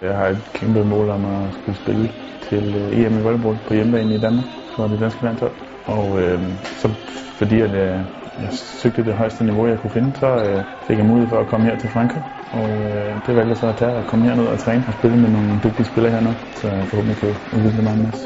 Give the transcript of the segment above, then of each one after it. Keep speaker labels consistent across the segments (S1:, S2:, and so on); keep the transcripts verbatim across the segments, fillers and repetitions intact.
S1: Jeg har et kæmpe mål om at skulle spille til E M i volleyball på hjemmebane i Danmark for det danske landshold. Og øh, så fordi at, øh, jeg søgte det højeste niveau, jeg kunne finde, så øh, fik jeg mulighed for at komme her til Frankrig. Og øh, det valgte jeg så at tage og komme herned og træne og spille med nogle dygtige spillere hernede, så jeg forhåbentlig kan udvikle mig en masse.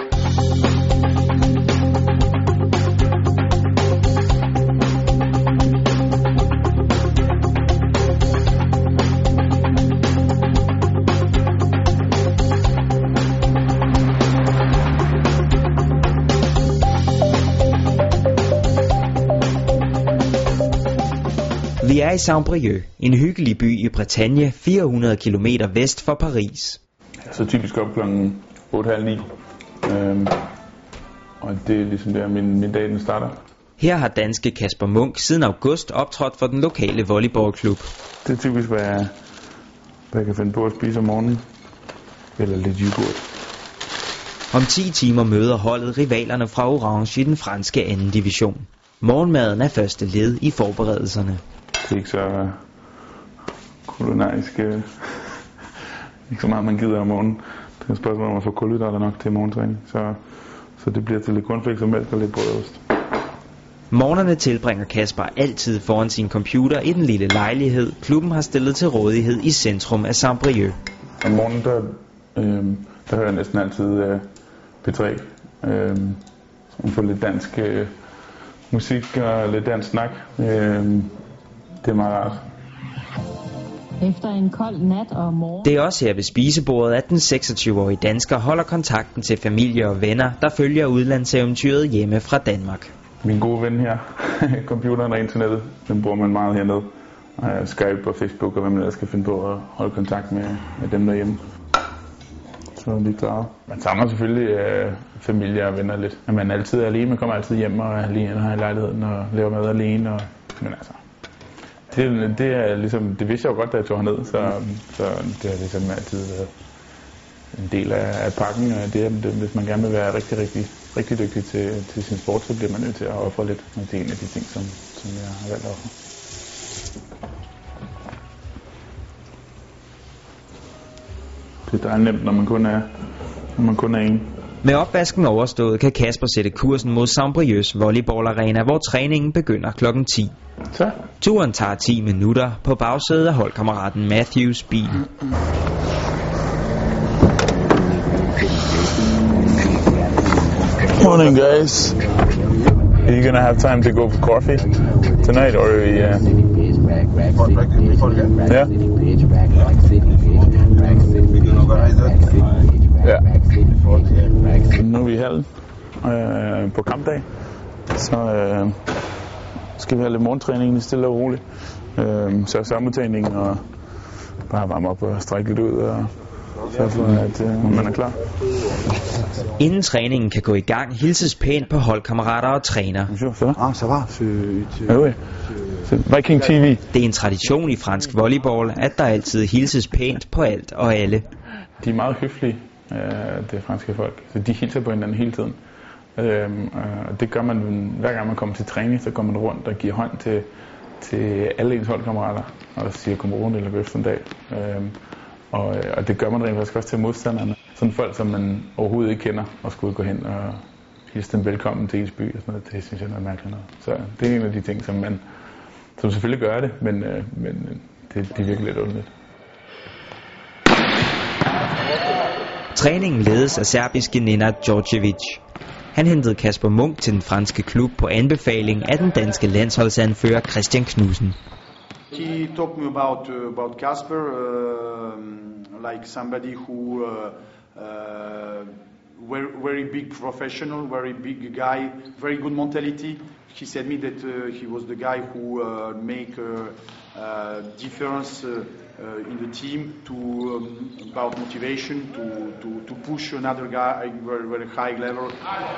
S2: Vi er i Saint-Brieuc, en hyggelig by i Bretagne, fire hundrede kilometer vest for Paris.
S1: Så typisk op klokken otte halv ni, øhm, og det er ligesom der min, min dag den starter.
S2: Her har danske Kasper Munch siden august optrådt for den lokale volleyballklub.
S1: Det er typisk, hvad jeg, hvad jeg kan finde på at spise om morgenen, eller lidt yoghurt.
S2: Om ti timer møder holdet rivalerne fra Orange i den franske anden division. Morgenmaden er første led i forberedelserne.
S1: Det er ikke så kulinarisk, øh, ikke så meget man gider om morgenen. Det er et spørgsmål om at få kulhydrater nok til morgentræning, så, så det bliver til lidt cornflakes og mælk og lidt brødost.
S2: Morgenerne tilbringer Kasper altid foran sin computer i den lille lejlighed, klubben har stillet til rådighed i centrum af Saint-Brieuc.
S1: Om morgenen der, øh, der hører jeg næsten altid øh, P tre, øh, så man får lidt dansk øh, musik og lidt dansk snak. Øh, det er meget rart.
S3: Efter en kold nat og morgen...
S2: Det er også her ved spisebordet, at den seksogtyve-årige dansker holder kontakten til familie og venner, der følger udlandseventyret hjemme fra Danmark.
S1: Min gode ven her, computeren og internettet, den bruger man meget hernede. Uh, Skype og Facebook og hvad man ellers skal finde på at holde kontakt med, med dem derhjemme. Så er det klart. Man samler selvfølgelig uh, familie og venner lidt. Men man er altid alene, man kommer altid hjem og er alene her i lejligheden og laver mad alene. Og, men altså, det, det er ligesom, det vidste jeg jo godt, da jeg tog herned, så, så det har ligesom altid været en del af, af pakken. Det er, det, hvis man gerne vil være rigtig, rigtig, rigtig dygtig til, til sin sport, så bliver man nødt til at ofre lidt. Og det er en af de ting, som, som jeg har valgt at ofre. Det er nemt, når man kun er, når man kun er en.
S2: Med opvasken overstået kan Kasper sætte kursen mod Saint-Brieucs volleyballarena, hvor træningen begynder klokken ti.
S1: Så?
S2: Turen tager ti minutter på bagsædet af holdkammeraten Matthews bil.
S1: Morning, guys. Are you gonna have time to go for coffee tonight, or are you, uh... yeah? Ja. Nu er vi i hallen øh, på kampdag, så øh, skal vi have lidt morgentræning lige stille og roligt. Øh, så sammentræning og bare varme op og strække lidt ud og sørge for, at øh, man er klar.
S2: Inden træningen kan gå i gang, hilses pænt på holdkammerater og træner.
S1: Ah, ça va. Oui. Viking T V.
S2: Det er en tradition i fransk volleyball, at der altid hilses pænt på alt og alle.
S1: De er meget høflige, det franske folk, så de hilser på hinanden hele tiden. Og det gør man, hver gang man kommer til træning, så går man rundt og giver hånd til, til alle ens holdkammerater, og siger godmorgen eller god eftermiddag. Og, og det gør man rent faktisk også til modstanderne. Sådan folk, som man overhovedet ikke kender, og skulle gå hen og hilse dem velkommen til ens by og sådan noget. Det synes jeg er noget mærkeligt noget. Så det er en af de ting, som man som selvfølgelig gør det, men, men det, det er virkelig lidt underligt.
S2: Træningen ledes af serbiske Nenad Djordjevic. Han hentede Kasper Munch til den franske klub på anbefaling af den danske landsholdsanfører Christian Knudsen.
S4: He talked me about uh, about Kasper, uh, like somebody who uh, uh, very very big professional, very big guy, very good mentality. He said me that uh, he was the guy who uh, make a uh, uh, difference uh, uh, in the team to um, about motivation to, to to push another guy at very very high level.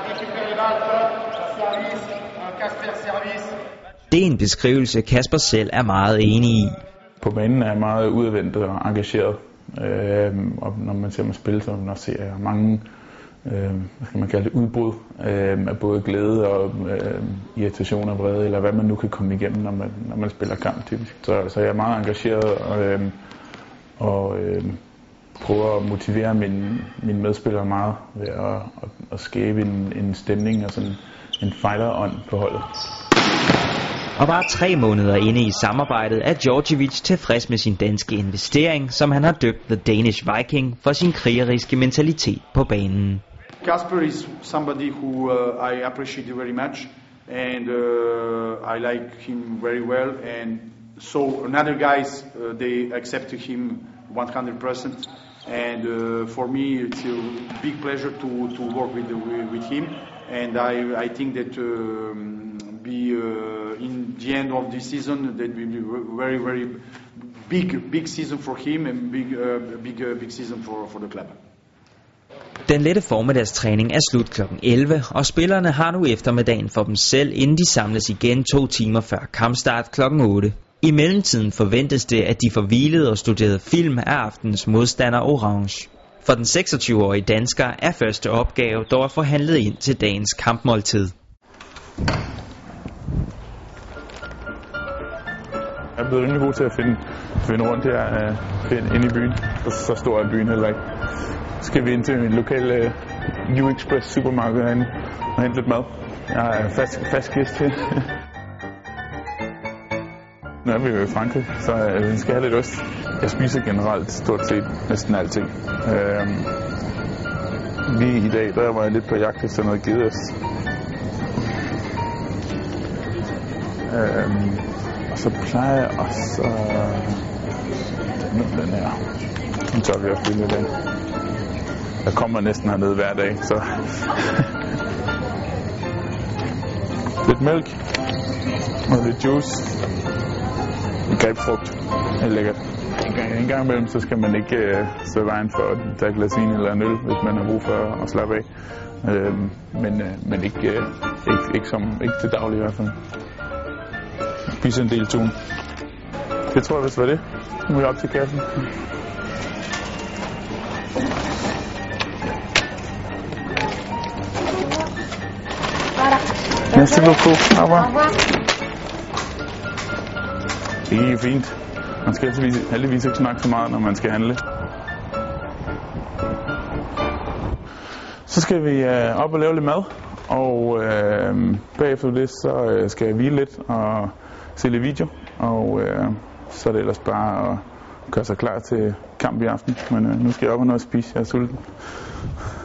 S2: Det er en beskrivelse, Kasper selv er meget enig i.
S1: På banen er jeg meget udadvendt og engageret, øh, og når man ser mig spille, så man ser jeg mange øh, hvad skal man kalde det, udbrud øh, af både glæde og øh, irritation og vrede, eller hvad man nu kan komme igennem, når man, når man spiller kamp typisk. Så, så jeg er meget engageret, og, øh, og øh, prøver at motivere mine, mine medspillere meget ved at, at, at skabe en, en stemning og sådan en fighter-ånd på holdet.
S2: Og bare tre måneder inde i samarbejdet er Djordjevic tilfreds med sin danske investering, som han har døbt The Danish Viking for sin krigeriske mentalitet på banen.
S4: Kasper is somebody who uh, I appreciate very much, and uh, I like him very well, and so another guys uh, they accept him one hundred percent, and uh, for me it's a big pleasure to to work with with him, and I I think that um, be uh, in the end of the season that will be very very big big season for him and big uh, big uh, big season for for the club.
S2: Den lette formiddagstræning er slut klokken elleve, og spillerne har nu eftermiddagen for dem selv, inden de samles igen to timer før kampstart klokken otte. I mellemtiden forventes det, at de får hvilet og studeret film af aftenens modstander Orange. For den seksogtyve-årige dansker er første opgave dog at få handlet ind til dagens kampmåltid.
S1: Jeg er blevet rimelig god til at finde, finde rundt her uh, inde i byen. Så, så stor er byen heller ikke. Så skal vi ind til en lokal uh, New Express supermarked herinde og hente lidt mad. Jeg er fast, fast gæst her. Nu er vi jo i Frankrig, så uh, vi skal have lidt ost. Jeg spiser generelt stort set næsten alting. Uh, lige i dag, der var jeg lidt på jagt efter noget gedeost. Uh, og så plejer jeg også at uh, den her. Den tør vi også finde i dag. Jeg kommer næsten hernede hver dag, så lidt mælk og lidt juice. En grapefrugt. Det er lækkert. En gang, en gang imellem, så skal man ikke uh, søge vejen for at tage glas vin eller en øl, hvis man har brug for at slappe af. Uh, men uh, men ikke, uh, ikke, ikke, som, ikke til daglig i hvert fald. Spise en del tun. Det tror jeg vist var det. Nu er jeg op til kassen. Merci beaucoup. Au revoir. Det er fint. Man skal heldigvis, heldigvis ikke snakke så meget, når man skal handle. Så skal vi øh, op og lave lidt mad, og øh, bagefter det, så øh, skal jeg hvile lidt og se lidt video, og øh, så er det ellers bare at gøre sig klar til kamp i aften. Men øh, nu skal jeg op og noget at spise. Jeg er sulten.